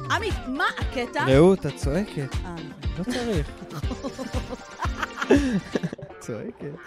עמית, מה הקטע? רעות, את צועקת. לא צריך. צועקת.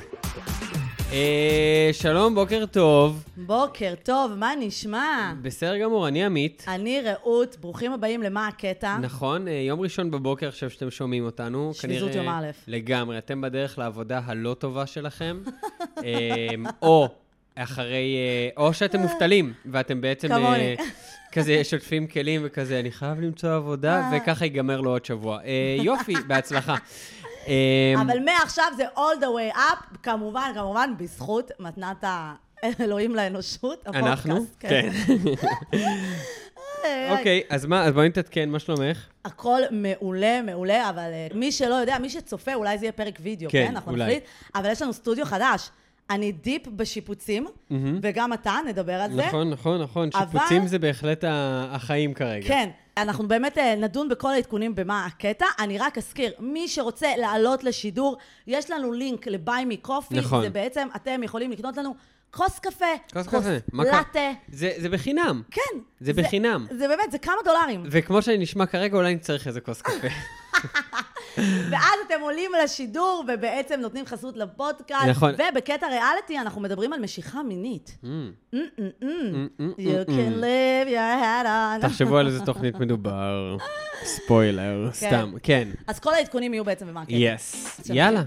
שלום, בוקר טוב. בוקר טוב, מה נשמע? בסדר גמור, אני עמית. אני רעות, ברוכים הבאים למה הקטע. נכון, יום ראשון בבוקר עכשיו שאתם שומעים אותנו. שביזות יום א'. לגמרי, אתם בדרך לעבודה הלא טובה שלכם. או אחרי, או שאתם מובטלים, ואתם בעצם כמוני. כזה שוטפים כלים וכזה, אני חייב למצוא עבודה, וככה ייגמר לו עוד שבוע. יופי, בהצלחה. אבל מעכשיו זה all the way up, כמובן, בזכות מתנת האלוהים לאנושות. אנחנו? כן. אוקיי, אז בואי נתעדכן, מה שלומך? הכל מעולה, אבל מי שלא יודע, מי שצופה, אולי זה יהיה פרק וידאו, כן? אנחנו נחליט, אבל יש לנו סטודיו חדש. אני דיפ בשיפוצים, וגם אתה, נדבר על זה. נכון. שיפוצים זה בהחלט החיים כרגע. כן, אנחנו באמת נדון בכל העדכונים במה הקטע. אני רק אזכיר, מי שרוצה לעלות לשידור, יש לנו לינק לביי מי קופי. נכון. זה בעצם, אתם יכולים לקנות לנו כוס קפה, כוס קפה. לטה. זה בחינם. כן. זה בחינם. זה באמת, זה כמה דולרים. וכמו שאני נשמע כרגע, אולי נצטרך איזה כוס קפה. ואז אתם עולים לשידור, ובעצם נותנים חסות לפודקאסט. נכון. ובקטע ריאליטי אנחנו מדברים על משיכה מינית. You can live your head on. תחשבו על איזה תוכנית מדובר. ספוילר, סתם. כן. אז כל העדכונים יהיו בעצם במה הקטע. יס. יאללה.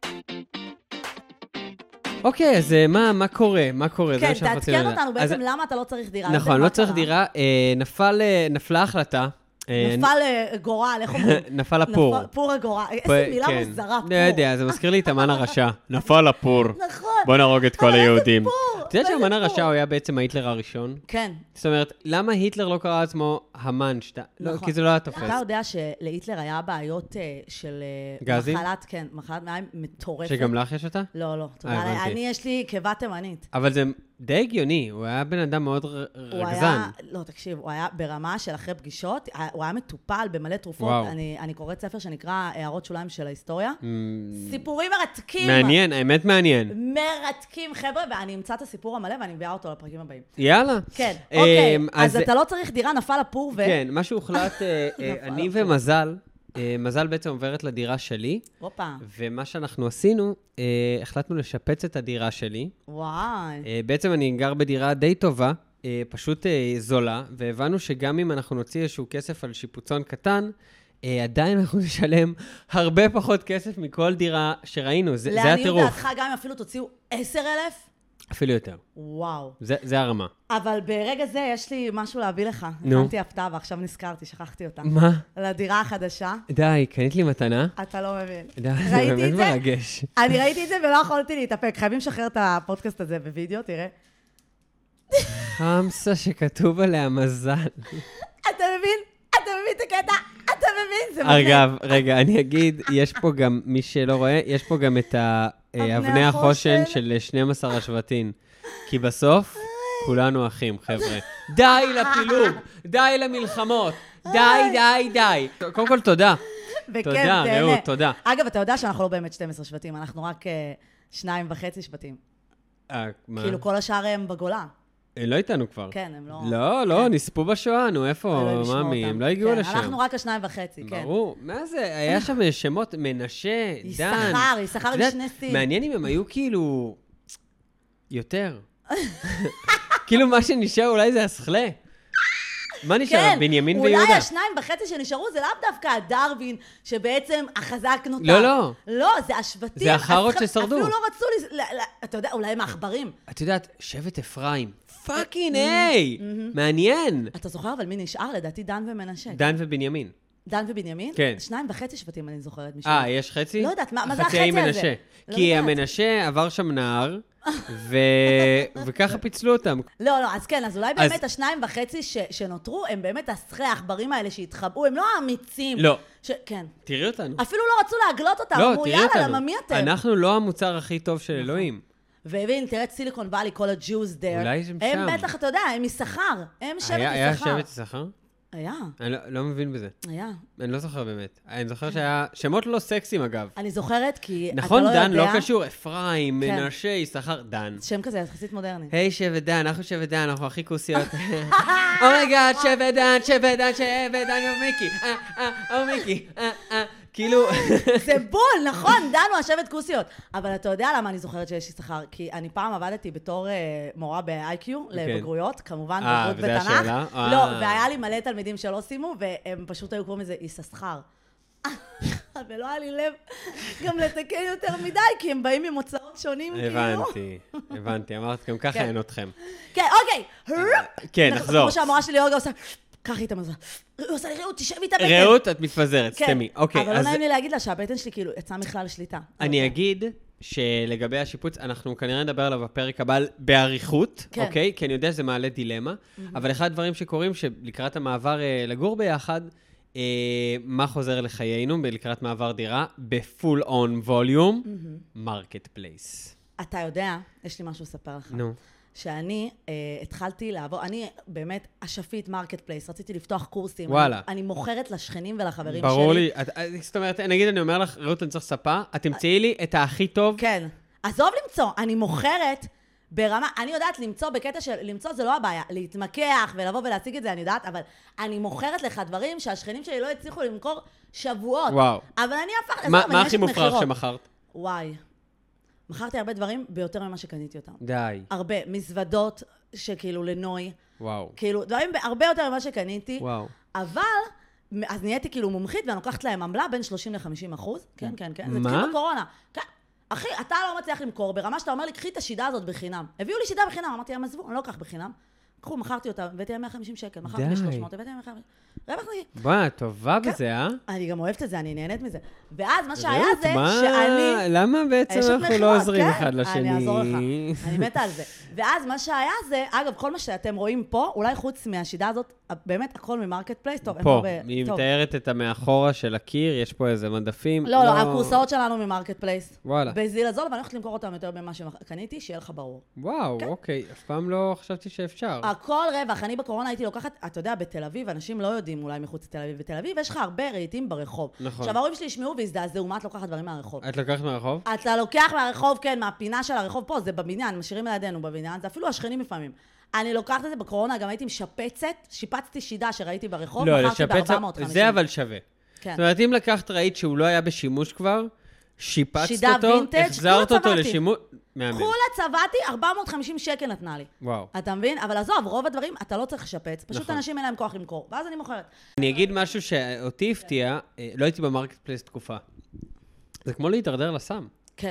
אוקיי, אז מה קורה? כן, תעדכן אותנו בעצם למה אתה לא צריך דירה. נכון, לא צריך דירה. נפלה החלטה. נפל גורל, איך אומרים? נפל הפור. פור הגורל. איזה מילה מוזרה, פור. לא יודע, זה מזכיר לי את המן הרשע. נפל הפור. נכון. בוא נהרוג את כל היהודים. אבל איזה פור. אתה יודע שהמן הרשע הוא היה בעצם ההיטלר הראשון? כן. זאת אומרת, למה היטלר לא קרא עצמו המן? לא, כי זה לא היה תופס. אתה יודע שלהיטלר היה בעיות של גזים? מחלת מים מטורפת. שגם לך יש אותה? לא. אני יש לי קיבה תימנית. אבל זה די הגיוני, הוא היה בן אדם מאוד רגזן. לא, תקשיב, הוא היה ברמה של אחרי פגישות, הוא היה מטופל במלא תרופות. אני קוראת ספר שנקרא הערות שוליים של ההיסטוריה. סיפורים מרתקים. מעניין, האמת מעניין. מרתקים, חבר'ה, ואני אמצא את הסיפור המלא ואני מביאה אותו לפרקים הבאים. יאללה. כן, אוקיי, אז אתה לא צריך דירה, נפל הפור ו... כן, מה שהוחלט, אני ומזל, מזל בעצם עוברת לדירה שלי, ומה שאנחנו עשינו, החלטנו לשפץ את הדירה שלי. וואי. בעצם אני גר בדירה די טובה, פשוט זולה, והבנו שגם אם אנחנו נוציא איזשהו כסף על שיפוצון קטן, עדיין אנחנו נשלם הרבה פחות כסף מכל דירה שראינו, זה הטירוף. לעניות דעתך, גם אם אפילו תוציאו 10,000? אפילו יותר. וואו. זה הרמה. אבל ברגע זה יש לי משהו להביא לך. נו. הכנתי הפתעה ועכשיו נזכרתי, שכחתי אותה. מה? לדירה החדשה. די, קנית לי מתנה? אתה לא מבין. די, זה באמת מרגש. אני ראיתי את זה ולא יכולתי להתאפק. חייבים לשחרר את הפודקאסט הזה בווידאו, תראה. חמסה שכתוב עליה מזל. אתה מבין? אתה מבין את הקטע? אתה מבין? זה מבין. אגב, רגע, אני אגיד, יש פה גם, מי שלא רואה, יש פה גם את אבני החושן של 12 השבטים. כי בסוף, כולנו אחים, חבר'ה. די לפילוג, די למלחמות, די. קודם כל, תודה. תודה, רעות, תודה. אגב, אתה יודע שאנחנו לא באמת 12 שבטים, אנחנו רק 2.5 שבטים. כאילו כל השאר הם בגולה. הם לא איתנו כבר. כן, הם לא... לא, נספו בשואה, נו, איפה, ממי, הם לא הגיעו לשם. אנחנו רק 2.5, כן. ברור, מה זה? היה שם שמות, מנשה, דן. יששכר עם שני סים. מעניין אם הם היו כאילו... יותר. כאילו מה שנשאר אולי זה הסכלה. מה נשאר? בנימין ויהודה. אולי 2.5 שנשארו זה לאו דווקא הדרווין, שבעצם החזק נותר. לא. לא, זה השבטים. זה החרות ששרדו. אפילו לא רצו, אתה יודע, אולי הם העכברים. את יודעת, שבט אפרים. פאקינג היי! מעניין. אתה זוכר אבל מי נשאר? לדעתי דן ומנשה. דן ובנימין. דן ובנימין? כן. 2.5 שבטים אני זוכרת. יש חצי? לא יודעת, מה זה החצי הזה? כי המנשה עבר שם נהר, וככה פיצלו אותם. לא, אז כן, אז אולי באמת 2.5 שנותרו, הם באמת הסכי העכברים האלה שהתחבאו, הם לא האמיצים. לא. כן. תראי אותנו. אפילו לא רצו להגלות אותם. לא, תראי אותנו. יאללה, למה מי אתם? אנחנו לא המוצר הכי טוב של אלוהים. והבין, תראה את סיליקון ואלי, כל ה-Jews there. אולי שם. הם בטח, אתה יודע, הם משכר. הם שבט משכר. היה שבט משכר? היה. אני לא מבין בזה. היה. אני לא זוכר באמת. אני זוכר שהיה שמות לא סקסיים, אגב. אני זוכרת כי אתה לא יודע... נכון, דן לא קשור, אפרים, מנשה, יששכר, דן. שם כזה, יחסית מודרני. היי, שבט דן, אנחנו שבט דן, אנחנו הכי כוסיות. אומייגאד, שבט דן, שבט דן, שבט דן, מיקי, מיקי, כאילו... זה בול, נכון, דן הוא השבט כוסיות. אבל אתה יודע למה אני זוכרת שיש יששכר? כי אני פעם עבדתי בתור מורה ב-IQ לבגרויות, כמובן בגרות בתנ"ך. לא, והיה לי מלא תלמידים שלא סיימו, והם פשוט היו קוראים לזה יששכר. ולא היה לי לב גם לתקן יותר מדי, כי הם באים ממוצאות שונים, כאילו. הבנתי, אמרת, גם ככה אין אתכם. כן, אוקיי. כן, נחזור. כמו שהמורה שלי אורגה עושה, קח איתה מזל. היא עושה לי רעות, תשב איתה בטן. רעות, את מתפזרת, סתמי. אוקיי, אבל לא נעים לי להגיד לה שהבטן שלי כאילו יצאה מכלל שליטה. אני אגיד שלגבי השיפוץ, אנחנו כנראה נדבר עליו בפרק הבא באריכות, אוקיי? כי אני יודע שזה מעלה דילמה, אבל אחד הדברים שקורים שלקראת המעבר לגור ביחד, מה חוזר לחיינו לקראת מעבר דירה? בפול און ווליום, מרקט פלייס. אתה יודע, יש לי משהו לספר לך. נו. שאני התחלתי לעבור, אני באמת אשפית מרקט פלייס, רציתי לפתוח קורסים. וואלה. אני מוכרת לשכנים ולחברים שלי. ברור לי. זאת אומרת, נגיד אני אומר לך, רעות, אני צריך ספה, את תמצאי לי את הכי טוב. כן. עזוב למצוא, אני מוכרת ברמה, אני יודעת למצוא בקטע של, למצוא זה לא הבעיה, להתמקח ולבוא ולהשיג את זה, אני יודעת, אבל אני מוכרת לך דברים שהשכנים שלי לא הצליחו למכור שבועות. וואו. אבל אני הפך... מה הכי מופרך שמכרת? וואי. מכרתי הרבה דברים ביותר ממה שקניתי אותם. די. הרבה. מזוודות שכאילו לנוי. וואו. כאילו, דברים הרבה יותר ממה שקניתי. וואו. אבל, אז נהייתי כאילו מומחית, ואני לוקחת להם עמלה בין 30-50%. כן, כן, כן. מה? זה התחיל בקורונה. כן. אחי, אתה לא מצליח למכור, ברמה שאתה אומר לי, קחי את השידה הזאת בחינם. הביאו לי שידה בחינם, אמרתי להם, עזבו, אני לא אקח בחינם. קחו, מכרתי אותה, הבאתי להם 150 שקל, מכרתי ב-300, הבאתי להם 150. רווח נגיד. בואי, טובה בזה, אה? אני גם אוהבת את זה, אני נהנית מזה. ואז מה שהיה זה שאני... למה בעצם אנחנו לא עוזרים אחד לשני? אני אעזור לך, אני מתה על זה. ואז מה שהיה זה, אגב, כל מה שאתם רואים פה, אולי חוץ מהשידה הזאת, באמת הכל ממרקט פלייס, טוב, פה, היא מתארת את המאחורה של הקיר, יש פה איזה מדפים. לא, לא, הקורסאות שלנו ממרקט פלייס. וואלה. בזיל הזול, ואני הולכת למכור אותם יותר במה שקניתי, שיהיה לך ברור. וואו, אוקיי, אף פעם לא חשבתי שאפשר. הכל רווח, אני בקורונה הייתי לוקחת, אתה יודע, בתל אביב, אנשים לא יודעים אולי מחוץ לתל אביב, בתל אביב יש לך הרבה רהיטים ברחוב. נכון. עכשיו, ההורים שלי ישמעו והזדעזעו, מה את לוקחת דברים מהרחוב? את לקחת מהרחוב? אתה לוקח מהרחוב, כן, מהפינה של הרחוב פה, זה בבניין, משאירים לידינו בבניין, זה אפילו השכנים לפעמים. אני לוקחת את זה בקורונה, גם הייתי משפצת, שיפצתי שידה שראיתי ברחוב, מכרתי ב-450. זה אבל שווה. כן. זאת אומרת, אם לקחת ראית שהוא לא היה בשימוש כבר, שיפצת שידה אותו, וינטג', החזרת אותו לשימוש... מאמן. כולה צבעתי, 450 שקל נתנה לי. וואו. אתה מבין? אבל עזוב, רוב הדברים אתה לא צריך לשפץ, פשוט נכון. אנשים אין להם כוח למכור, ואז אני מוכרת. אני אגיד משהו שאותי הפתיע, לא הייתי במרקט פלייס תקופה. זה כמו להתדרדר לסם. כן.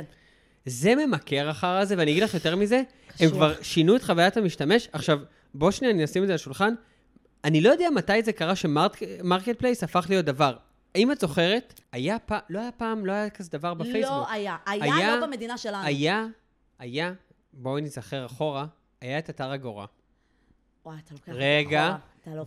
זה ממכר אחר הזה, ואני אגיד לך יותר מזה, הם כבר שינו את חוויית המשתמש. עכשיו, בוא שנייה, אני אשים את זה על השולחן. אני לא יודע מתי זה קרה שמרקט פלייס הפך להיות דבר. האם את זוכרת? לא היה כזה דבר בפייסבוק. לא היה. היה לא במדינה שלנו. היה, בואי נזכר אחורה, היה את אתר אגורה. וואי, אתה לוקח רגע,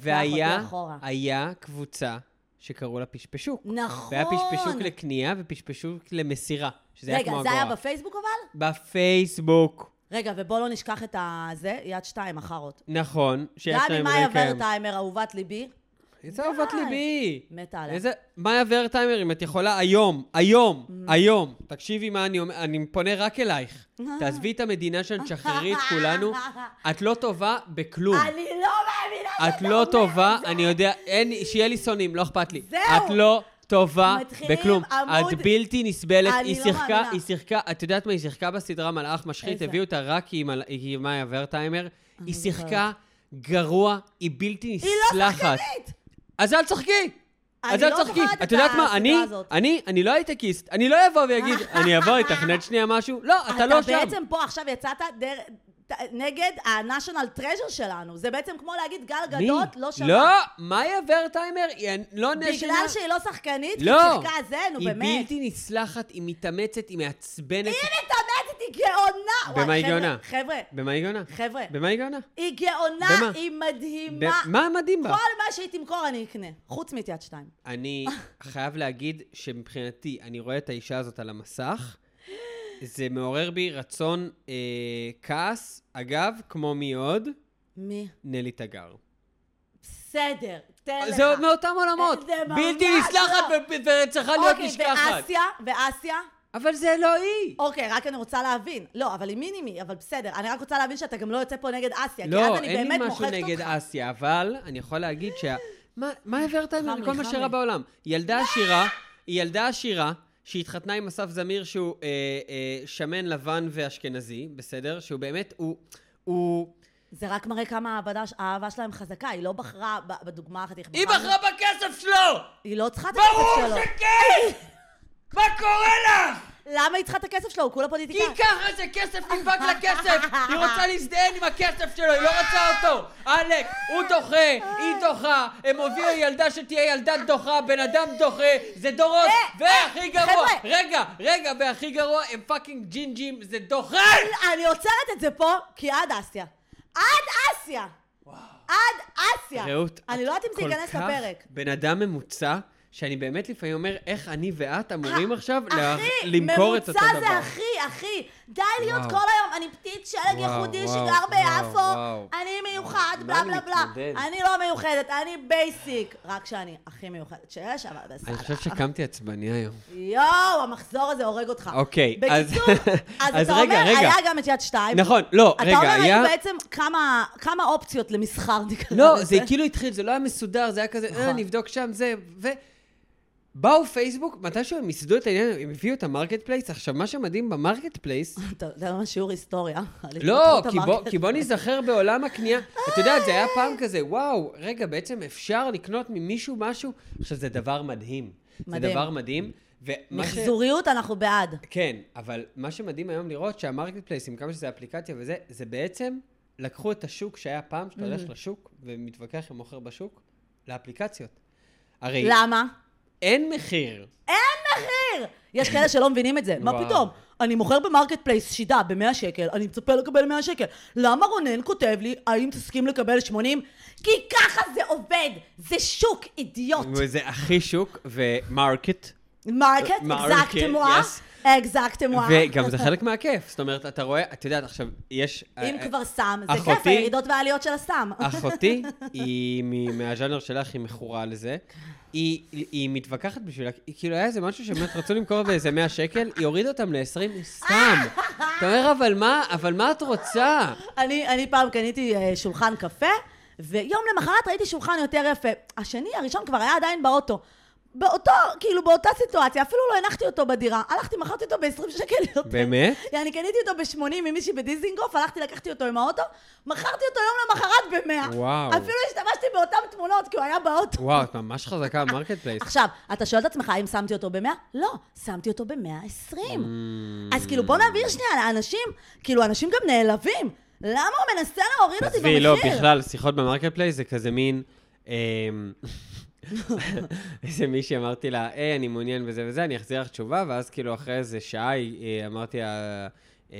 אחורה. והיה קבוצה שקראו לה פשפשוק. נכון. והיה פשפשוק לקנייה ופשפשוק למסירה. רגע, זה היה בפייסבוק אבל? בפייסבוק. רגע, ובוא לא נשכח את זה, יד 2, אחרות. נכון. גם עם מאיה ורטהיימר, אהובת ליבי. איזה אהובת ליבי. מתה עליה. מאיה ורטהיימר, אם את יכולה היום, תקשיבי מה אני אומר, אני פונה רק אלייך. תעזבי את המדינה של שחררי את כולנו. את לא טובה בכלום. אני לא מאמינה. את לא טובה, אני יודע, שיהיה לי שונאים, לא אכפת לי. את לא טובה בכלום. את בלתי נסבלת. היא שיחקה, את יודעת מה, היא שיחקה בסדרה מלאך משחית, הביאו אותה רק עם מאיה ורטהיימר. היא שיחקה גרוע, היא בלתי נסלחת. היא לא שחקנית. אז אל תשחקי. אני לא זוכרת את הסדרה הזאת. אני לא הייטקיסט. אני לא אבוא ויגיד, אני אבוא, יתכנת שנייה משהו. לא, אתה לא שם. אתה בעצם פה עכשיו יצאת נגד ה-national treasure שלנו. זה בעצם כמו להגיד גל גדות, לא שווה. לא, מאיה ורטהיימר, היא לא נשנה. בגלל שהיא לא שחקנית, לא. היא שיחקה זה, נו באמת. היא בלתי נסלחת, היא מתאמצת, היא מעצבנת. היא מתאמצת, היא גאונה. במה היא גאונה? חבר'ה. במה היא גאונה? חבר'ה. במה היא גאונה? היא גאונה, היא מדהימה. מה מדהים בה? כל מה שהיא תמכור אני אקנה, חוץ מיד 2. אני חייב להגיד שמבחינתי, אני רואה את האישה הזאת על המסך, זה מעורר בי רצון כעס, אגב, כמו מי עוד? מי? נלי תגר. בסדר, תן לך. זה מאותם עולמות. בלתי נסלחת וצריכה להיות נשכחת. ואסיה? אבל זה לא היא. אוקיי, רק אני רוצה להבין. לא, אבל היא מינימי, אבל בסדר. אני רק רוצה להבין שאתה גם לא יוצא פה נגד אסיה. לא, אין לי משהו נגד אסיה, אבל אני יכול להגיד מה העברת מכל מה שרע בעולם? היא ילדה עשירה, שהתחתנה עם אסף זמיר שהוא שמן לבן ואשכנזי, בסדר? שהוא באמת, הוא... זה רק מראה כמה האהבה שלהם חזקה, היא לא בחרה בדוגמה אחת. היא בחרה בכסף שלו! היא לא צריכה את הכסף שלו. ברור שכן! מה קורה לך? למה היא צריכה את הכסף שלו? הוא כולה פוליטיקאי. כי ככה זה כסף נדבק לכסף! היא רוצה להזדהן עם הכסף שלו, היא לא רוצה אותו! עלק, הוא דוחה, היא דוחה, הם הוביאו ילדה שתהיה ילדה דוחה, בן אדם דוחה, זה דורות, והכי גרוע, רגע, והכי גרוע, הם פאקינג ג'ינג'ים, זה דוחה! אני עוצרת את זה פה, כי עד אסיה. עד אסיה! רעות, אני לא יודעת אם זה ייכנס לפרק. בן אדם ממוצע, שאני באמת לפעמים אומר, איך אני ואת אמורים עכשיו למכור את אותו דבר. ממוצע זה אחי, די להיות כל היום, אני פתית שלג יחודי שגר ביפו, אני מיוחד, בלה בלה בלה, אני לא מיוחדת, אני בייסיק, רק שאני הכי מיוחדת שיש, אבל בסדר. אני חושב שקמתי עצבני היום. יואו, המחזור הזה הורג אותך. אוקיי, בקיצור, אז אתה אומר, היה גם את יד 2. נכון, לא, רגע, היה... אתה אומר, היו בעצם כמה אופציות למסחר, לא, זה כאילו התחיל, זה לא היה מסודר, זה היה כזה, נבדוק שם, זה, באו פייסבוק, מתישהו הם יסדו את העניין, הם הביאו את המרקט פלייס. עכשיו, מה שמדהים במרקט פלייס... זה ממש שיעור היסטוריה. לא, כי בוא נזכר בעולם הקנייה. אתה יודע, זה היה פעם כזה, וואו, רגע, בעצם אפשר לקנות ממישהו משהו? עכשיו, זה דבר מדהים. זה דבר מדהים. מחזוריות, אנחנו בעד. כן, אבל מה שמדהים היום לראות שהמרקט פלייס, עם כמה שזה אפליקציה וזה, זה בעצם לקחו את השוק שהיה פעם, שאתה הולך לשוק ומתווכח עם מוכר בשוק, לאפליקציות. למה? אין מחיר. יש כאלה שלא מבינים את זה. מה פתאום? אני מוכר במרקט פלייס שידה ב100 שקל, אני מצפה לקבל 100 שקל. למה רונן כותב לי, האם תסכים לקבל 80? כי ככה זה עובד. זה שוק אידיוט. וזה הכי שוק ומרקט. מרקט, אקזקטמואה. וגם זה חלק מהכיף. זאת אומרת, אתה רואה, אתה יודעת, עכשיו, יש... אם כבר סם, זה כיף, הירידות והעליות של הסם. אחותי, היא מהז'אנר שלך, היא מכורה לזה. היא מתווכחת בשבילה, כאילו היה איזה משהו שבאמת רצו למכור באיזה 100 שקל, היא הורידה אותם ל-20 סתם. אתה אומר, אבל מה את רוצה? אני פעם קניתי שולחן קפה, ויום למחרת ראיתי שולחן יותר יפה. השני, הראשון כבר היה עדיין באוטו. באותה סיטואציה, אפילו לא הנחתי אותו בדירה. הלכתי, מכרתי אותו ב-20 שקל יותר. באמת? אני קניתי אותו ב-80 ממישהי בדיזינגוף, הלכתי, לקחתי אותו עם האוטו, מכרתי אותו יום למחרת ב-100. וואו. אפילו השתמשתי באותן תמונות, כי הוא היה באוטו. וואו, את ממש חזקה במרקט פלייס. עכשיו, אתה שואל את עצמך, האם שמתי אותו ב-100? לא, שמתי אותו ב-120. אז כאילו, בוא נעביר שנייה לאנשים, כאילו, אנשים גם נעלבים. למה הוא מנסה להוריד אותי במחיר? לא, בכלל, שיחות במרקט פלייס זה כזה מין... איזה מישהי אמרתי לה, אני מעוניין בזה וזה, אני אחזיר לך תשובה, ואז כאילו אחרי איזה שעה אמרתי לה,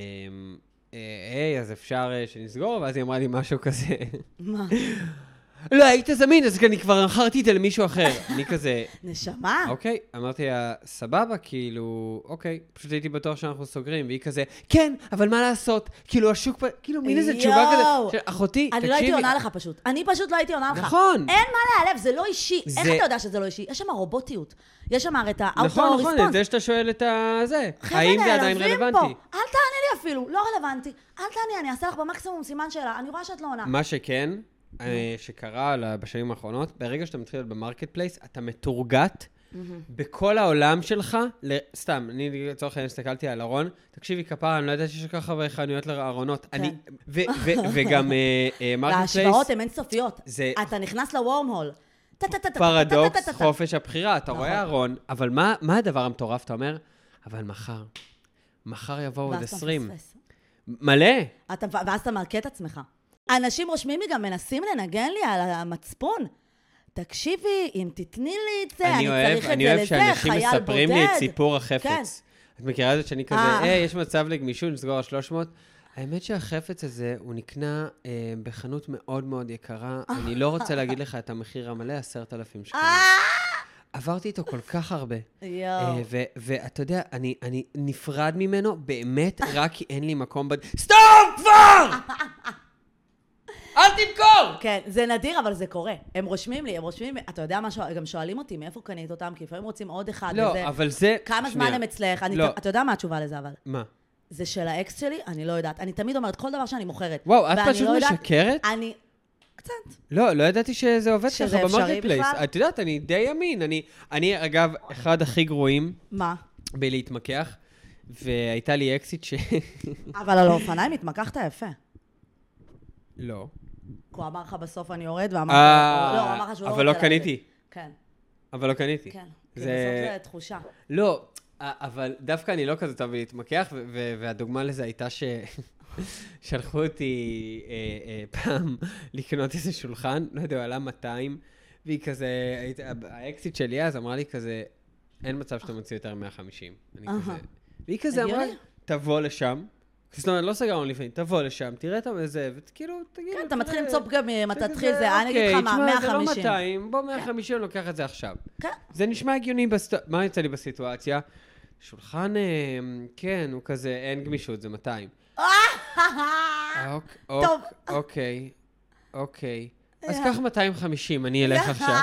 אז אפשר שנסגור, ואז היא אמרה לי משהו כזה. מה? לא, היית זמין, אז אני כבר אחרתי את זה למישהו אחר. אני כזה... נשמה. אוקיי, אמרתי לה, סבבה, כאילו, אוקיי, פשוט הייתי בטוח שאנחנו סוגרים, והיא כזה, כן, אבל מה לעשות? כאילו, השוק, כאילו, מין איזה תשובה כזה. אחותי, תקשיבי. אני לא הייתי עונה לך פשוט. אני פשוט לא הייתי עונה לך. נכון. אין מה להיעלב, זה לא אישי. איך אתה יודע שזה לא אישי? יש שם רובוטיות. יש שם את האוטו-ריספונס. נכון, זה שאתה שואל את זה. האם זה עדיין רלוונטי? אל תעני לי אפילו, לא רלוונטי. אל תעני, אני אעשה לך במקסימום סימן שאלה. אני רואה שאת לא עונה. מה שכן, שקרה בשנים האחרונות, ברגע שאתה מתחיל במרקט פלייס, אתה מתורגת בכל העולם שלך, סתם, אני לצורך העניין הסתכלתי על ארון, תקשיבי כפרה, אני לא יודעת שיש ככה חנויות לארונות, וגם מרקט פלייס... להשוואות הן אינסופיות, אתה נכנס לוורמהול. פרדוקס, חופש הבחירה, אתה רואה ארון, אבל מה הדבר המטורף, אתה אומר? אבל מחר יבואו עוד 20. מלא. ואז אתה מרקט עצמך. אנשים רושמים לי גם מנסים לנגן לי על המצפון. תקשיבי, אם תתני לי את זה, אני צריך את זה לזה, חייל בודד. אני אוהב שאנשים מספרים לי את סיפור החפץ. את מכירה את זה שאני כזה, יש מצב לגמישות, נסגור על 300. האמת שהחפץ הזה, הוא נקנה בחנות מאוד מאוד יקרה. אני לא רוצה להגיד לך את המחיר המלא, 10,000 שקלים. עברתי איתו כל כך הרבה. ואתה יודע, אני נפרד ממנו באמת רק כי אין לי מקום סטופ כבר! אל תמכור! כן, זה נדיר, אבל זה קורה. הם רושמים לי, אתה יודע מה, גם שואלים אותי מאיפה קנית אותם, כי לפעמים רוצים עוד אחד. לא, אבל זה... כמה זמן הם אצלך? אתה יודע מה התשובה לזה, אבל? מה? זה של האקס שלי, אני לא יודעת. אני תמיד אומרת, כל דבר שאני מוכרת. וואו, את פשוט משקרת? אני... קצת. לא ידעתי שזה עובד ככה במרקט פלייס. את יודעת, אני די ימין. אני, אגב, אחד הכי גרועים. מה? בלהתמקח, והייתה לי אקסיט אבל על האופניים התמקחת יפה. לא. הוא אמר לך בסוף אני יורד, ואמרת... לא, הוא אמר לך שהוא לא רוצה... אבל לא קניתי. כן. אבל לא קניתי. כן, כי בסוף זה תחושה. לא, אבל דווקא אני לא כזה טוב להתמקח, והדוגמה לזה הייתה שלחו אותי פעם לקנות איזה שולחן, לא יודע, עלה 200, והיא כזה, האקסיט שלי אז אמרה לי כזה, אין מצב שאתה מוציא יותר 150. והיא כזה אמרה, תבוא לשם, זאת אומרת, לא סגרנו לפעמים, תבוא לשם, תראה את זה, וכאילו, תגיד... כן, אתה מתחיל למצוא פגמים, אתה תתחיל זה, אני אגיד לך מה, 150. זה לא 200, בוא 150, אני לוקח את זה עכשיו. כן. זה נשמע הגיוני, מה יצא לי בסיטואציה? שולחן, כן, הוא כזה, אין גמישות, זה 200. טוב. אוקיי. אז קח 250, אני אלך עכשיו.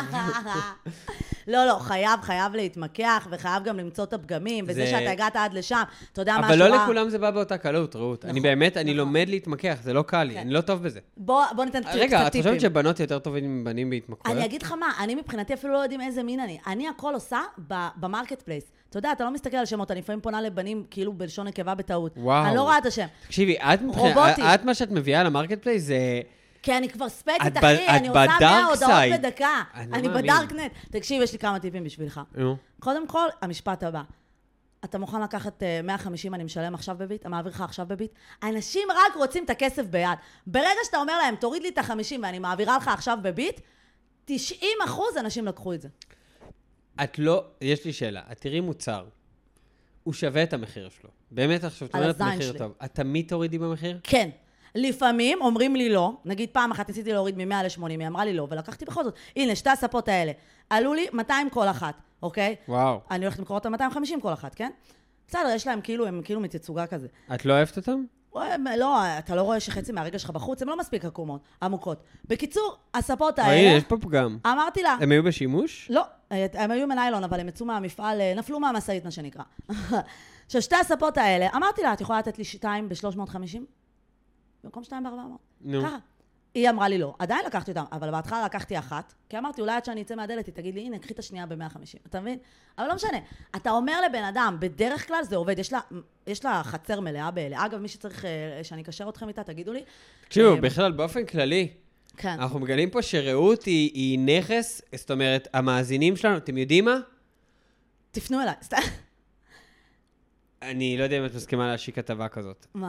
לא, חייב להתמקח, וחייב גם למצוא את הפגמים, וזה שאתה הגעת עד לשם, אתה יודע מה אבל לא לכולם זה בא באותה קלות, רעות. אני באמת, אני לומד להתמקח, זה לא קל לי, אני לא טוב בזה. בוא ניתן קצת טיפים. רגע, את חושבת שבנות יותר טובים מבנים בהתמקחויות? אני אגיד לך מה, אני מבחינתי אפילו לא יודעים איזה מין אני. אני הכל עושה במרקט פלייס. אתה יודע, אתה לא מסתכל על שמות, אני לפעמים פונה לבנים כאילו בלשון נקבה בטעות. וואו. אני לא רואה את השם. תקשיבי, את מה שאת מביאה למרקט פלייס זה... כי אני כבר ספקית, אחי, אני עושה 100 הודעות בדקה. אני בדארקנט. תקשיב, יש לי כמה טיפים בשבילך. קודם כל, המשפט הבא. אתה מוכן לקחת 150, אני משלם עכשיו בביט? אני מעביר לך עכשיו בביט? אנשים רק רוצים את הכסף ביד. ברגע שאתה אומר להם, תוריד לי את ה-50 ואני מעבירה לך עכשיו בביט, 90% אנשים לקחו את זה. את לא, יש לי שאלה. את תראי מוצר. הוא שווה את המחיר שלו. באמת עכשיו, את אומרת מחיר טוב. את תמיד תורידי במחיר? כן. לפעמים אומרים לי לא, נגיד פעם אחת ניסיתי להוריד מ-100 ל-80, היא אמרה לי לא, ולקחתי בכל זאת. הנה, שתי הספות האלה. עלו לי 200 כל אחת, אוקיי? וואו. אני הולכת למכור אותם 250 כל אחת, כן? בסדר, יש להם כאילו, הם כאילו מתצוגה כזה. את לא אוהבת אותם? לא, אתה לא רואה שחצי מהרגע שלך בחוץ, הם לא מספיק עמוקות. בקיצור, הספות האלה... יש פה פגם. אמרתי לה... הם היו בשימוש? לא, הם היו מניילון, אבל הם יצאו מהמפעל, נפלו מהמסעית, מה שנקרא. ששתי הספות האלה, אמרתי לה, את יכולה לתת לי 2 ב-350? במקום 2 ב-400. ככה. היא אמרה לי לא. עדיין לקחתי אותם, אבל בהתחלה לקחתי אחת, כי אמרתי, אולי עד שאני אצא מהדלת, היא תגיד לי, הנה, קחי את השנייה ב-150. אתה מבין? אבל לא משנה. אתה אומר לבן אדם, בדרך כלל זה עובד, יש לה חצר מלאה באלה. אגב, מי שצריך שאני אקשר אתכם איתה, תגידו לי. תקשיבו, בכלל, באופן כללי, אנחנו מגלים פה שרעות היא נכס, זאת אומרת, המאזינים שלנו, אתם יודעים מה? תפנו אליי. אני לא יודע אם את מסכימה להשיק כתבה כזאת. מה?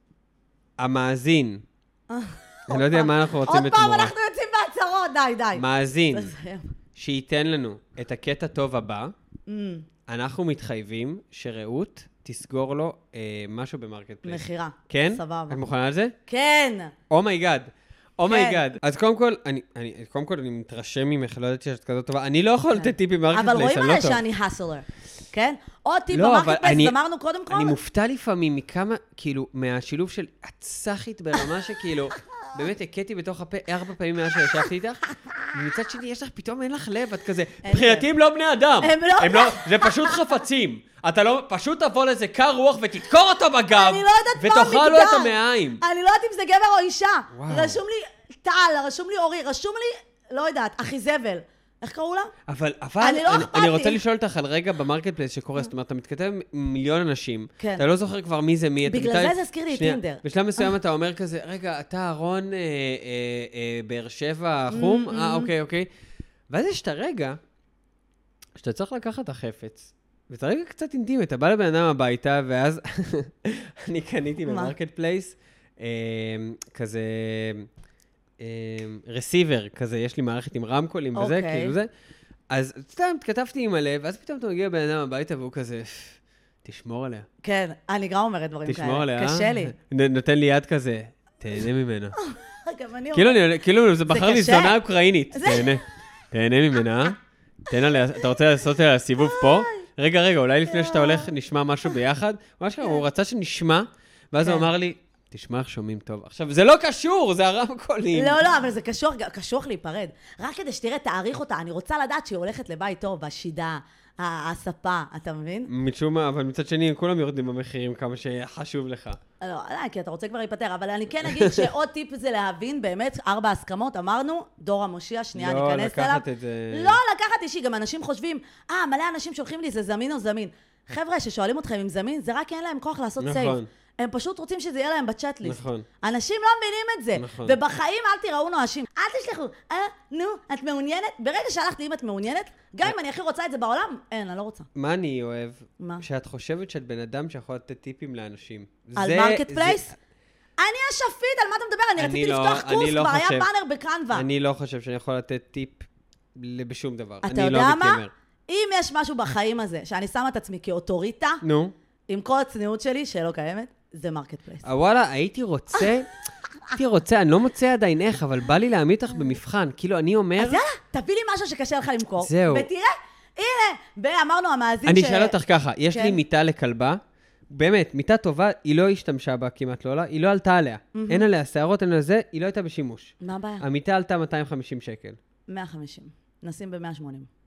המאזין. אני לא יודע מה אנחנו רוצים בתמורה. עוד פעם אנחנו יוצאים בהצהרות, די. מאזין, שייתן לנו את הקטע טוב הבא, אנחנו מתחייבים שרעות תסגור לו משהו במרקט פלייס. מחירה. כן? סבבה. את מוכנה על זה? כן. אומייגאד. אז קודם כל, אני מתרשם ממך, לא יודעת שיש כזאת טובה. אני לא יכול לתת טיפים במרקט פלייס, אני לא טוב. אבל רואים שאני הסלר, כן? עוד טיפ במרקט פלייס, אמרנו קודם כל. אני מופתע לפעמים מכמה, כאילו, מהשילוב של הצחית ברמה שכאילו, באמת הכיתי בתוך הפה 4 פעמים מאז שישבתי איתך, ומצד שני יש לך, פתאום אין לך לב, את כזה, מבחינתי הם לא בני אדם. הם לא, זה פשוט חפצים. אתה לא, פשוט תבוא לזה קר רוח ותדקור אותו בגב, ותאכל לו את המעיים. אני לא יודעת אם זה גבר או אישה. רשום לי טל, רשום לי אורי, רשום לי, לא יודעת, אחי זבל. איך קראו לה? אבל אני רוצה לשאול אותך על רגע במרקט פלייס שקורה, זאת אומרת, אתה מתכתב עם מיליון אנשים, אתה לא זוכר כבר מי זה מי. בגלל זה הזכיר לי את טינדר. בשלב מסוים אתה אומר כזה, רגע, אתה אהרון באר שבע חום? אוקיי. ואז יש את הרגע שאתה צריך לקחת את החפץ, וזה רגע קצת אינטימי, אתה בא לבן אדם הביתה, ואז אני קניתי במרקט פלייס, כזה... רסיבר, כזה, יש לי מערכת עם רמקולים וזה, כאילו זה. אז סתם, כתבתי עם הלב, ואז פתאום אתה מגיע בן אדם הביתה, והוא כזה, תשמור עליה. כן, אני גם אומרת דברים כאלה. תשמור עליה. קשה לי. נותן לי יד כזה, תהנה ממנה. גם אני אומרת. כאילו, זה בחר לי זונה אוקראינית. תהנה ממנה. אתה רוצה לעשות עליה סיבוב פה? רגע, אולי לפני שאתה הולך נשמע משהו ביחד. הוא רצה שנשמע, ואז הוא אמר לי, תשמע איך שומעים טוב. עכשיו, זה לא קשור, זה הרמקולים. לא, אבל זה קשוח להיפרד. רק כדי שתראה, תעריך אותה. אני רוצה לדעת שהיא הולכת לבית טוב, השידה, הספה, אתה מבין? משום מה, אבל מצד שני, כולם יורדים במחירים כמה שחשוב לך. לא, כי אתה רוצה כבר להיפטר, אבל אני כן אגיד שעוד טיפ זה להבין, באמת, 4 הסכמות, אמרנו, דור המושיע, שנייה ניכנס אליו. לא, לקחת את זה... לא, לקחת אישי, גם אנשים חושבים, מלא אנשים שולחים לי, זה זמין או זמין. חבר'ה, ששואלים אתכם אם זמין, זה רק אין להם כוח לעשות סייב. הם פשוט רוצים שזה יהיה להם בצ'אט-ליסט. נכון. אנשים לא מבינים את זה. נכון. ובחיים אל תיראו נואשים. אל תשלחו, נו, את מעוניינת? ברגע שהלכתי, אם את מעוניינת, גם אם אני הכי רוצה את זה בעולם, אני לא רוצה. מה אני אוהב? שאת חושבת שאת בן אדם שיכול לתת טיפים לאנשים. על מרקט פלייס? אני השפיט, על מה אתה מדבר? אני רציתי לפתוח קורס, כבר היה באנר בקנווה. אני לא חושב שאני יכול לתת טיפ בשום דבר. אתה יודע מה? אם יש משהו בחיים הזה, שאני שמה את עצמי כאוטוריטה, עם כל הצניעות שלי, שלא קיימת, זה מרקט פלייס. וואלה, הייתי רוצה, אני לא מוצא עדיין איך, אבל בא לי להעמיד לך במבחן. כאילו, אני אומר... אז יאללה, תביא לי משהו שקשה לך למכור. זהו. ותראה, הנה, אמרנו המאזין אני אשאל אותך ככה, יש לי מיטה לכלבה, באמת, מיטה טובה, היא לא השתמשה בה כמעט לא עולה, היא לא עלתה עליה. אין עליה שערות, אין עליה זה, היא לא הייתה בשימוש. מה הבעיה? המיטה עלתה 250 שקל. 150. נשים ב-180.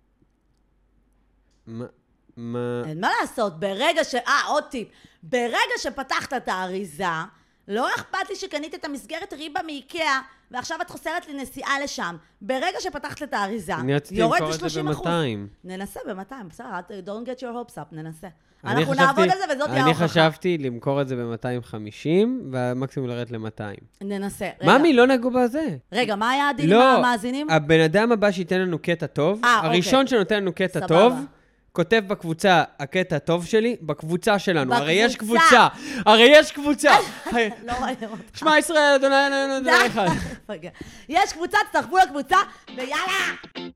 מה? אין מה לעשות, עוד טיפ. ברגע שפתחת את האריזה, לא אכפת לי שקנית את המסגרת ריבה מאיקאה, ועכשיו את חוסרת לי נסיעה לשם. ברגע שפתחת את האריזה, יורד ל-30%. ננסה ב-200, בסדר, don't get your hopes up, ננסה. אנחנו נעבוד על זה וזאת תהיה ההוכחה. אני חשבתי למכור את זה ב-250, והמקסימום לרדת ל-200. ננסה. ממי, לא נגעו בזה. רגע, מה היה הדיל עם המאזינים? הבן אדם הבא שייתן לנו קטע טוב, הראשון שנותן לנו קטע טוב, כותב בקבוצה, הקטע הטוב שלי, בקבוצה שלנו. הרי יש קבוצה. לא רואה אותך. שמע ישראל, אדוני אחד. יש קבוצה, תצטרפו לקבוצה, ויאללה!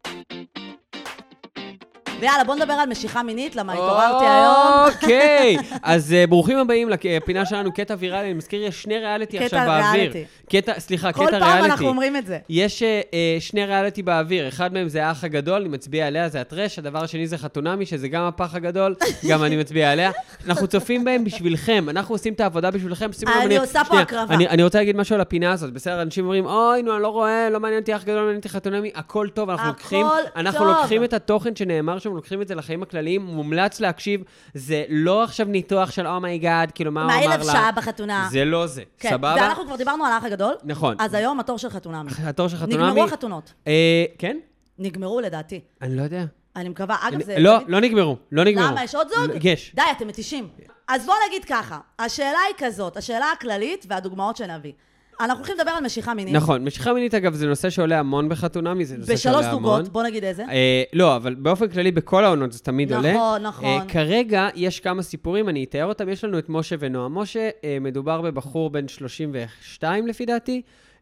ויאללה, בוא נדבר על משיכה מינית, למה התעוררתי היום. אוקיי, אז ברוכים הבאים לפינה שלנו, קטע ויראלי, אני מזכיר, יש 2 ריאליטי עכשיו באוויר. סליחה, קטע ריאליטי. כל פעם אנחנו אומרים את זה. יש 2 ריאליטי באוויר, אחד מהם זה האח הגדול, אני מצביע עליה, זה הטרש, הדבר השני זה חתונמי, שזה גם הפח הגדול, גם אני מצביע עליה. אנחנו צופים בהם בשבילכם, אנחנו עושים את העבודה בשבילכם. אני עושה פה הקרבה. אני רוצה להגיד משהו על הפינה הזאת, בסדר, אנשים אומרים, אוי, נו, אני לא רואה, לא מעניין אותי אח גדול, מעניין אותי חתונמי, הכל טוב, אנחנו לוקחים את התוכן שנאמר שם, לוקחים את זה לחיים הכלליים, מומלץ להקשיב, זה לא עכשיו ניתוח של אומייגאד, כאילו מה הוא אמר לה. מה ילד שעה בחתונה. זה לא זה, סבבה? ואנחנו כבר דיברנו על האח הגדול. נכון. אז היום התור של חתונמי. התור של חתונמי. נגמרו החתונות. כן? נגמרו לדעתי. אני לא יודע. אני מקווה, אגב זה... לא נגמרו. למה? יש עוד זוג? יש. די, אתם מתישים. אז בוא נגיד ככה, השאלה היא כזאת, השאלה הכללית והדוגמאות שנביא. אנחנו הולכים לדבר על משיכה מינית. נכון, משיכה מינית, אגב, זה נושא שעולה המון בחתונמי, זה נושא שעולה המון. ב3 זוגות, בוא נגיד איזה. לא, אבל באופן כללי, בכל העונות זה תמיד עולה. נכון. כרגע יש כמה סיפורים, אני אתאר אותם, יש לנו את משה ונועה. משה, מדובר בבחור בן 32 לפי דעתי,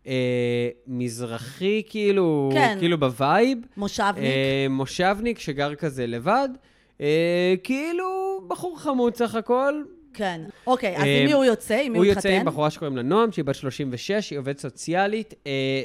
מזרחי כאילו בווייב. מושבניק שגר כזה לבד. כאילו בחור חמוד סך הכל. כן. אוקיי, אז עם מי הוא יוצא? עם מי הוא יוצא עם בחורה שקוראים לה נועם, שהיא בת 36, היא עובדת סוציאלית,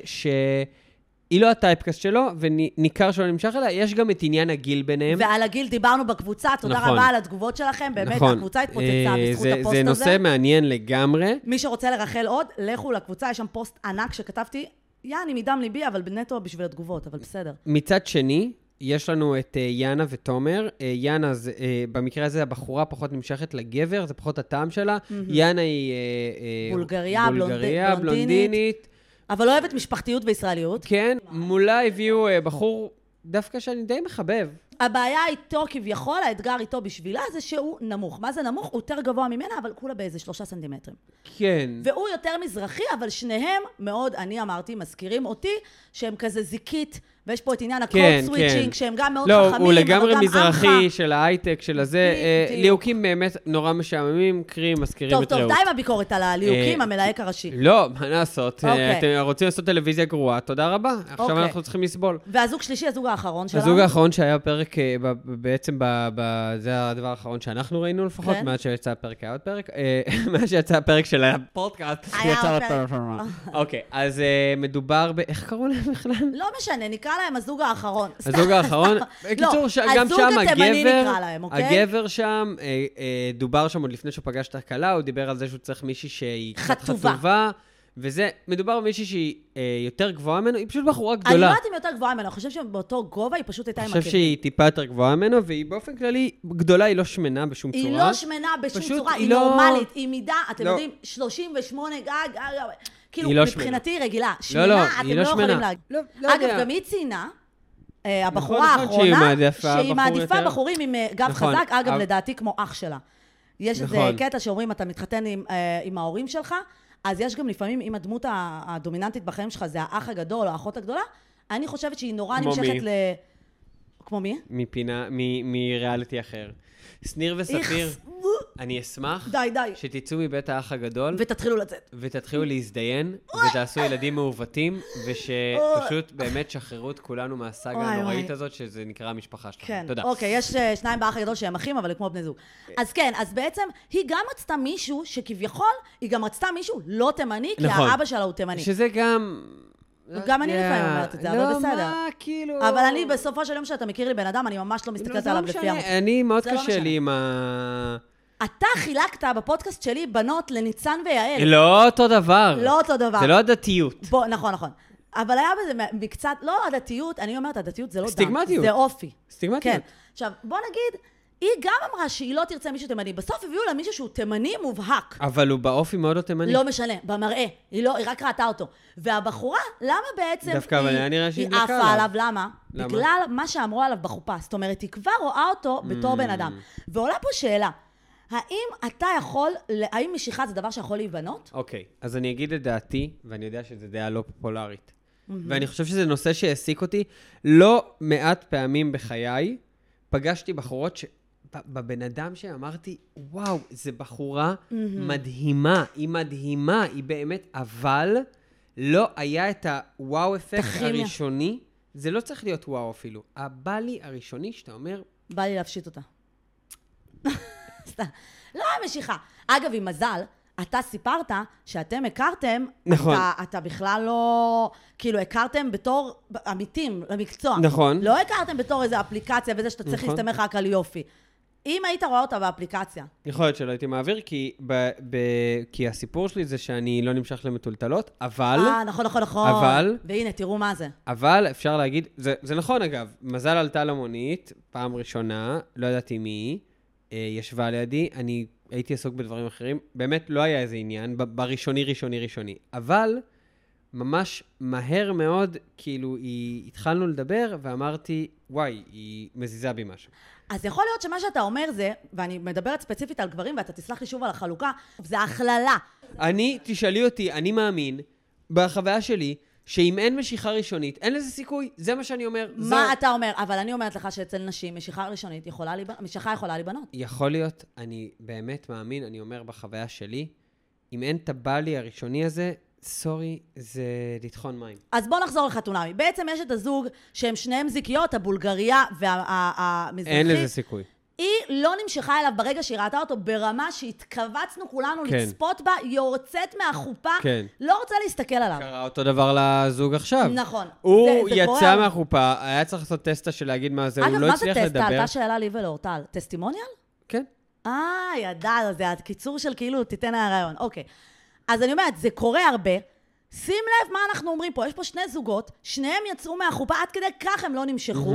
שהיא לא הטייפקאסט שלו, וניכר שלא נמשך אליה, יש גם את עניין הגיל ביניהם. ועל הגיל דיברנו בקבוצה, תודה רבה על התגובות שלכם, באמת הקבוצה התפוצצה בזכות הפוסט הזה. זה נושא מעניין לגמרי. מי שרוצה לרחל עוד, לכו לקבוצה, יש שם פוסט ענק שכתבתי, יעני מדם ליבי, אבל בנטו בשביל התגובות, אבל בסדר. מצד שני, יש לנו את יאנה ותומר. יאנה, במקרה הזה, הבחורה פחות נמשכת לגבר, זה פחות הטעם שלה. יאנה היא בולגריה, בלונדינית. אבל לא אוהבת משפחתיות וישראליות. כן, מולה הביאו בחור דווקא שאני די מחבב. הבעיה איתו כביכול, האתגר איתו בשבילה זה שהוא נמוך. מה זה נמוך? הוא יותר גבוה ממנה, אבל כולה באיזה 3 סנטימטרים. כן. והוא יותר מזרחי, אבל שניהם מאוד, אני אמרתי, מזכירים אותי, שהם כזה זיקית, ויש פה את עניין הקוד סוויצ'ינג, שהם גם מאוד חכמים, לא, הוא לגמרי מזרחי של ההייטק, של הזה. ליהוקים באמת נורא משעממים, קרים, מזכירים את רעות. טוב, די עם הביקורת על הליהוקים, המלהק הראשי. לא, מה לעשות? אתם רוצים לעשות טלוויזיה גרועה, תודה רבה. עכשיו אנחנו צריכים לסבול. והזוג שלישי, הזוג האחרון שלנו? הזוג האחרון שהיה פרק, בעצם זה הדבר האחרון שאנחנו ראינו לפחות, מאז שיצא הפרק, היה עוד פרק, מאז שיצא הפרק של הפודקאסט, יצא עוד פרק. אוקיי, אז מדובר איך קראו להם בכלל? לא משנה, נקרא להם הזוג האחרון. הזוג האחרון, בקיצור, גם שם הגבר שם, דובר שם עוד לפני שהוא פגש את הכלה, הוא דיבר על זה שהוא צריך מישהי שהיא חטובה, וזה, מדובר במישהי שהיא יותר גבוהה ממנו, היא פשוט בחורה גדולה. אני לא יודעת אם יותר גבוהה ממנו, אני חושב שבאותו גובה היא פשוט הייתה עם אני חושב שהיא טיפה יותר גבוהה ממנו, והיא באופן כללי גדולה, היא לא שמנה בשום צורה. היא לא שמנה בשום צורה, היא נורמלית, היא מידה, אתם יודעים, 38 גג, כאילו מבחינתי היא רגילה. שמנה, אתם לא יכולים להגיד. אגב, גם היא ציינה, הבחורה האחרונה, שהיא מעדיפה בחורים עם גב חזק, אגב, לדעתי כמו אח שלה. יש איזה קטע שאומרים, אתה מתחתן עם ההורים שלך, אז יש גם לפעמים, אם הדמות הדומיננטית בחיים שלך זה האח הגדול או האחות הגדולה, אני חושבת שהיא נורא נמשכת כמו מי? מריאליטי אחר. שניר וספיר, אני אשמח שתצאו מבית האח הגדול. ותתחילו לצאת. ותתחילו להזדיין, ותעשו ילדים מעוותים, ושפשוט באמת שחררו את כולנו מהסאגה הנוראית הזאת, שזה נקרא המשפחה שלכם. כן, תודה. אוקיי, יש שניים באח הגדול שהם אחים, אבל הם כמו בני זוג. אז כן, אז בעצם היא גם רצתה מישהו שכביכול, היא גם רצתה מישהו לא תימני, כי האבא שלה הוא תימני. שזה גם... גם אני לפעמים אומרת את זה, אבל בסדר. לא, מה, כאילו... אבל אני בסופו של יום שאתה מכיר לי בן אדם, אני ממש לא מסתכלת עליו לפי המקום. אני מאוד קשה לי עם ה... אתה חילקת בפודקאסט שלי בנות לניצן ויעל. לא אותו דבר. לא אותו דבר. זה לא הדתיות. נכון, נכון. אבל היה בזה מקצת, לא הדתיות, אני אומרת, הדתיות זה לא דם. סטיגמטיות. זה אופי. סטיגמטיות. כן. עכשיו, בוא נגיד, היא גם אמרה שהיא לא תרצה מישהו תימני. בסוף הביאו לה מישהו שהוא תימני מובהק. אבל הוא באופי מאוד לא תימני. לא משנה, במראה. היא רק ראתה אותו. והבחורה, למה בעצם דווקא, אבל היה נראה שהיא עפה עליו? למה? בגלל מה שאמרו עליו בחופה. זאת אומרת, היא כבר רואה אותו בתור בן אדם. ועולה פה שאלה. האם משיכה זה דבר שיכול להיבנות? אוקיי, אז אני אגיד את דעתי, ואני יודע שזו דעה לא פופולרית. ואני חושב שזה נושא שהעסיק אותי. לא מעט פעמים בחיי, פגשתי בחורות בבן אדם שאמרתי, וואו, זו בחורה מדהימה, היא מדהימה, היא באמת, אבל לא היה את הוואו אפקט הראשוני, זה לא צריך להיות וואו אפילו, הבא לי הראשוני שאתה אומר... בא לי להפשיט אותה. לא המשיכה. אגב, עם מזל, אתה סיפרת שאתם הכרתם, נכון. אתה בכלל לא, כאילו, הכרתם בתור עמיתים למקצוע. נכון. לא הכרתם בתור איזו אפליקציה וזה שאתה צריך להסתמך רק על יופי. אם היית רואה אותה באפליקציה. יכול להיות שלא הייתי מעביר, כי הסיפור שלי זה שאני לא נמשך למטולטלות, אבל... נכון, נכון, נכון. אבל... והנה, תראו מה זה. אבל אפשר להגיד, זה נכון אגב, מזל עלתה למונית, פעם ראשונה, לא ידעתי מי, ישבה לידי, אני הייתי עסוק בדברים אחרים, באמת לא היה איזה עניין, בראשוני, אבל ממש מהר מאוד, כאילו, התחלנו לדבר, ואמרתי, וואי, היא מזיזה בי משהו. אז יכול להיות שמה שאתה אומר זה, ואני מדברת ספציפית על גברים, ואתה תסלח לי שוב על החלוקה, זה הכללה. תשאלי אותי, אני מאמין, בחוויה שלי, שאם אין משיכה ראשונית, אין לזה סיכוי, זה מה שאני אומר. מה אתה אומר? אבל אני אומרת לך שאצל נשים, משיכה ראשונית משיכה יכולה להיבנות. יכול להיות, אני באמת מאמין, אני אומר בחוויה שלי, אם אין את הבעלי הראשוני הזה, סורי, זה לטחון מים. אז בוא נחזור לחתונמי. בעצם יש את הזוג שהם שניהם זיקיות, הבולגריה והמזרחית. אין לזה סיכוי. היא לא נמשכה אליו ברגע שהיא ראתה אותו ברמה שהתכווצנו כולנו לצפות בה, היא יוצאת מהחופה, לא רוצה להסתכל עליו. קרה אותו דבר לזוג עכשיו. נכון. הוא יצא מהחופה, היה צריך לעשות טסטה של להגיד מה זה, הוא לא הצליח לדבר. אגב, מה זה טסטה? עלתה שאלה לי ולאורטל. טסטימוניאל? כן. ידע, זה הקיצור של כאילו, תיתן הרעיון. אוקיי. אז אני אומרת, זה קורה הרבה. שים לב מה אנחנו אומרים פה. יש פה שני זוגות, שניהם יצאו מהחופה, עד כדי כך הם לא נמשכו.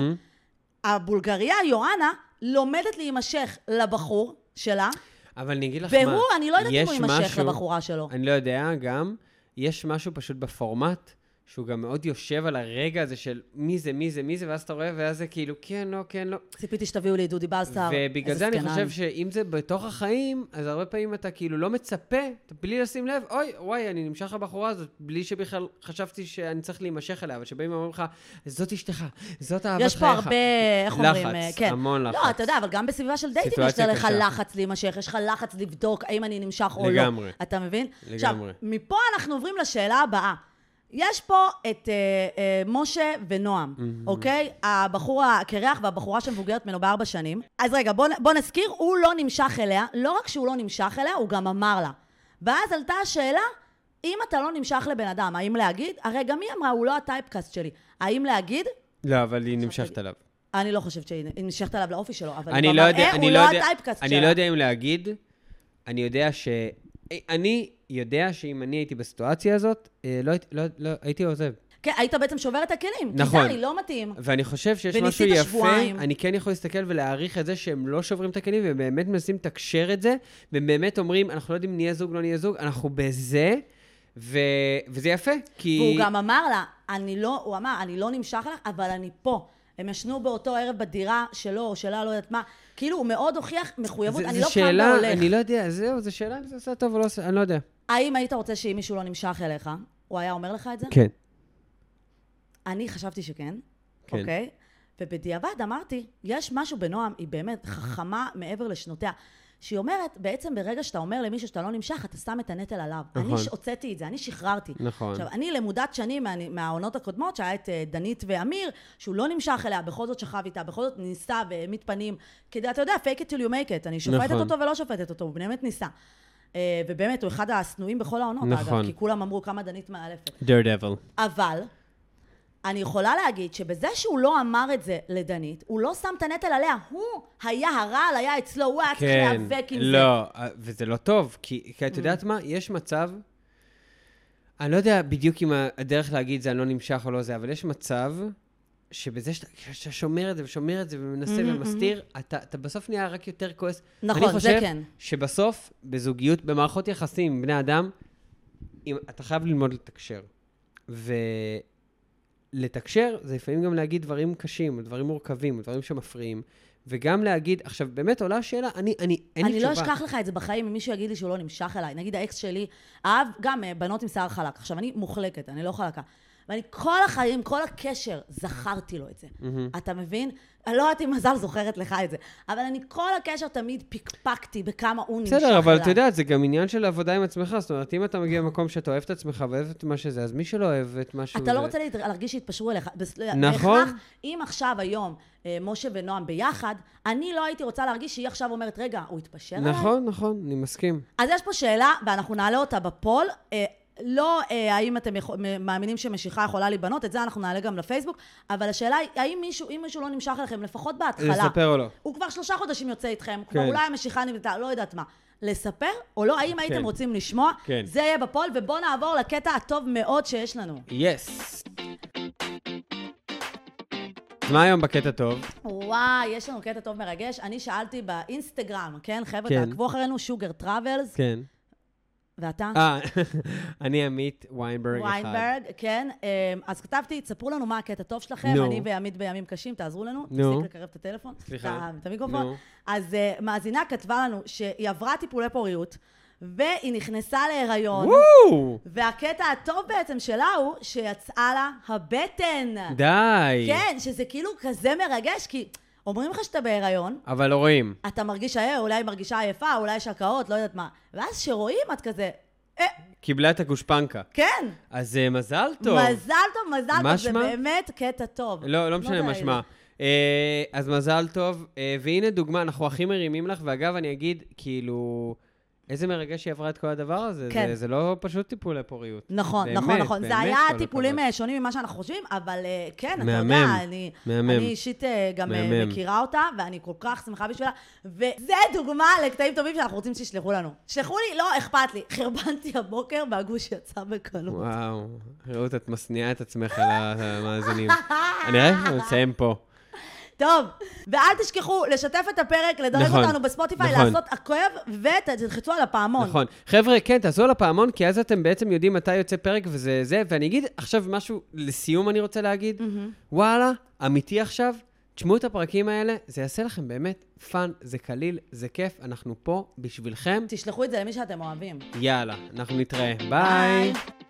הבולגריה, יואנה, לומדת להימשך לבחור שלה. אבל אני אגיד לך מה. והוא, אני לא יודעת אם הוא יימשך לבחורה שלו. אני לא יודע, גם, יש משהו פשוט בפורמט, שהוא גם מאוד יושב על הרגע הזה של מי זה, ואז אתה רואה, ואז זה כאילו, כן, לא. ציפיתי שתביאו לי דודי בלסר. ובגלל זה אני חושב שאם זה בתוך החיים, אז הרבה פעמים אתה כאילו לא מצפה, בלי לשים לב, וואי, אני נמשך לבחורה הזאת, בלי שבכלל חשבתי שאני צריך להימשך אליה, אבל שבאים ואומרים לך, זאת אשתך, זאת אהבת חייך. יש פה הרבה, איך אומרים? לחץ, המון לחץ. לא, אתה יודע, אבל גם בסביבה של דייטים יש לך לחץ להימשך, יש לך לחץ לבדוק האם אני נמשך או לא. אתה מבין? עכשיו, מפה אנחנו עוברים לשאלה הבאה. יש פה את משה ונועם, אוקיי? הבחור הקרח והבחורה שמבוגרת ממנו ב4 שנים. אז רגע, בוא נזכיר, הוא לא נמשך אליה, לא רק שהוא לא נמשך אליה, הוא גם אמר לה. ואז עלתה השאלה, אם אתה לא נמשך לבן אדם, האם להגיד? הרי גם היא אמרה, הוא לא הטייפקאסט שלי. האם להגיד? לא, אבל היא נמשכת עליו. אני לא חושבת שהיא נמשכת עליו לאופי שלו, אבל הוא לא הטייפקאסט שלה. אני לא יודע אם להגיד, אני יודע שאם אני הייתי בסיטואציה הזאת, לא הייתי עוזב. כן, היית בעצם שובר את הכלים. נכון. כי די, לא מתאים. ואני חושב שיש משהו יפה, אני כן יכול להסתכל ולהעריך את זה שהם לא שוברים את הכלים, ובאמת מנסים לתקשר את זה, ובאמת אומרים, אנחנו לא יודעים נהיה זוג, לא נהיה זוג, אנחנו בזה, וזה יפה, כי... והוא גם אמר לה, הוא אמר, אני לא נמשך לך, אבל אני פה. הם ישנו באותו ערב בדירה שלו או שלה, לא יודעת מה. כאילו, הוא מאוד הוכיח מחויבות, אני לא קם והולך. אני לא יודע, זו שאלה אם זה עושה טוב או לא עושה, אני לא יודע. האם היית רוצה שאם מישהו לא נמשך אליך, הוא היה אומר לך את זה? כן. אני חשבתי שכן, אוקיי? ובדיעבד אמרתי, יש משהו בנועם, היא באמת חכמה מעבר לשנותיה, שהיא אומרת, בעצם ברגע שאתה אומר למישהו שאתה לא נמשך, אתה שם את הנטל עליו. אני הוצאתי את זה, אני שחררתי. נכון. עכשיו, אני למודת שנים מהעונות הקודמות, שהיה את דנית ואמיר, שהוא לא נמשך אליה, בכל זאת שכב איתה, בכל זאת ניסה והעמיד פנים, כדי, אתה יודע, fake it till you make it, אני שופטת אותו ולא שופטת אותו, הוא באמת ניסה. ובאמת, הוא אחד הסנועים בכל העונות, אגב, כי כולם אמרו כמה דנית מאלפת. Daredevil. אבל אני יכולה להגיד שבזה שהוא לא אמר את זה לדנית, הוא לא שם את הנטל עליה, הוא היה הרעל, היה אצלו, הוא היה צריך להיאבק עם זה. לא, וזה לא טוב, כי את יודעת מה? יש מצב, אני לא יודע בדיוק אם הדרך להגיד זה אני לא נמשך או לא זה, אבל יש מצב שבזה שאתה שומר את זה ושומר את זה ומנסה ומסתיר, אתה בסוף נהיה רק יותר כועס. נכון, זה כן. אני חושב שבסוף, בזוגיות, במערכות יחסים עם בני אדם, אתה חייב ללמוד לתקשר. לתקשר זה לפעמים גם להגיד דברים קשים, דברים מורכבים, דברים שמפריעים, וגם להגיד, עכשיו באמת עולה השאלה, אין לי תשובה. אני לא אשכח לך את זה בחיים, אם מישהו יגיד לי שהוא לא נמשך אליי, נגיד האקס שלי, אהב גם בנות עם שיער חלק, עכשיו אני מוחלקת, אני לא חלקה, ואני כל החיים, כל הקשר, זכרתי לו את זה. אתה מבין? אני לא יודעת אם מזל זוכרת לך את זה, אבל אני כל הקשר תמיד פקפקתי בכמה הוא נמשך אליי. בסדר, אבל אתה יודע, זה גם עניין של עבודה עם עצמך, זאת אומרת, אם אתה מגיע למקום שאתה אוהב את עצמך ואוהב את מה שזה, אז מי שלא אוהב את מה שזה... אתה לא רוצה להרגיש שהתפשרו אליך. נכון. אם עכשיו היום משה ונועם ביחד, אני לא הייתי רוצה להרגיש שהיא עכשיו אומרת, רגע, הוא התפשר עליי? נכון, אני מסכים. אז יש פה שאלה, ואנחנו נעלה אותה בפול, לא האם אתם מאמינים שמשיכה יכולה להיבנות, את זה אנחנו נעלה גם לפייסבוק, אבל השאלה היא, האם מישהו לא נמשך לכם, לפחות בהתחלה. לספר או לא? הוא כבר 3 חודשים יוצא איתכם, כבר אולי המשיכה נבנתה, לא יודעת מה. לספר או לא, האם הייתם רוצים לשמוע? זה יהיה בפול, ובואו נעבור לקטע הטוב מאוד שיש לנו. יס. מה היום בקטע טוב? וואי, יש לנו קטע טוב מרגש. אני שאלתי באינסטגרם, כן? חבר'ה, תעקבו אחרינו, שוגר טראבלס. כן. ואתה? אני עמית ויינברג אחד. ויינברג, כן. אז כתבתי, תספרו לנו מה הקטע טוב שלכם, אני ועמית בימים קשים, תעזרו לנו. תפסיק לקרב את הטלפון. סליחה. את המיקרופון. אז מאזינה כתבה לנו שהיא עברה טיפולי פוריות, והיא נכנסה להיריון. והקטע הטוב בעצם שלה הוא שיצאה לה הבטן. די. כן, שזה כאילו כזה מרגש, כי... אומרים לך שאתה בהיריון. אבל לא רואים. אתה מרגיש אולי מרגישה עייפה, אולי יש הקאות, לא יודעת מה. ואז שרואים את כזה... קיבלה את הגושפנקה. כן. אז מזל טוב. מזל טוב, זה באמת קטע טוב. לא משנה מה שמה. אז מזל טוב, והנה דוגמה, אנחנו הכי מרימים לך, ואגב אני אגיד, כאילו... איזה מרגש שהיא עברה את כל הדבר הזה, כן. זה לא פשוט טיפולי פוריות. נכון, באמת, נכון. זה היה טיפולים שונים ממה שאנחנו חושבים, אבל כן, אתה יודע, אני אישית גם מכירה אותה, ואני כל כך שמחה בשבילה, וזה דוגמה לקטעים טובים שאנחנו רוצים שישלחו לנו. שלחו לי, לא אכפת לי, חרבנתי הבוקר והגוש יצא בקלות. וואו, ראות, את מסניעה את עצמך על המאזינים. אני רואה לסיים פה. טוב, ואל תשכחו לשתף את הפרק, לדרג אותנו בספוטיפיי, לעשות עקוב ותלחצו על הפעמון. נכון. חבר'ה, כן, תעשו על הפעמון, כי אז אתם בעצם יודעים מתי יוצא פרק וזה זה, ואני אגיד עכשיו משהו לסיום אני רוצה להגיד, וואלה, אמיתי עכשיו, תשמעו את הפרקים האלה, זה יעשה לכם באמת פאן, זה קליל, זה כיף, אנחנו פה בשבילכם. תשלחו את זה למי שאתם אוהבים. יאללה, אנחנו נתראה. ביי.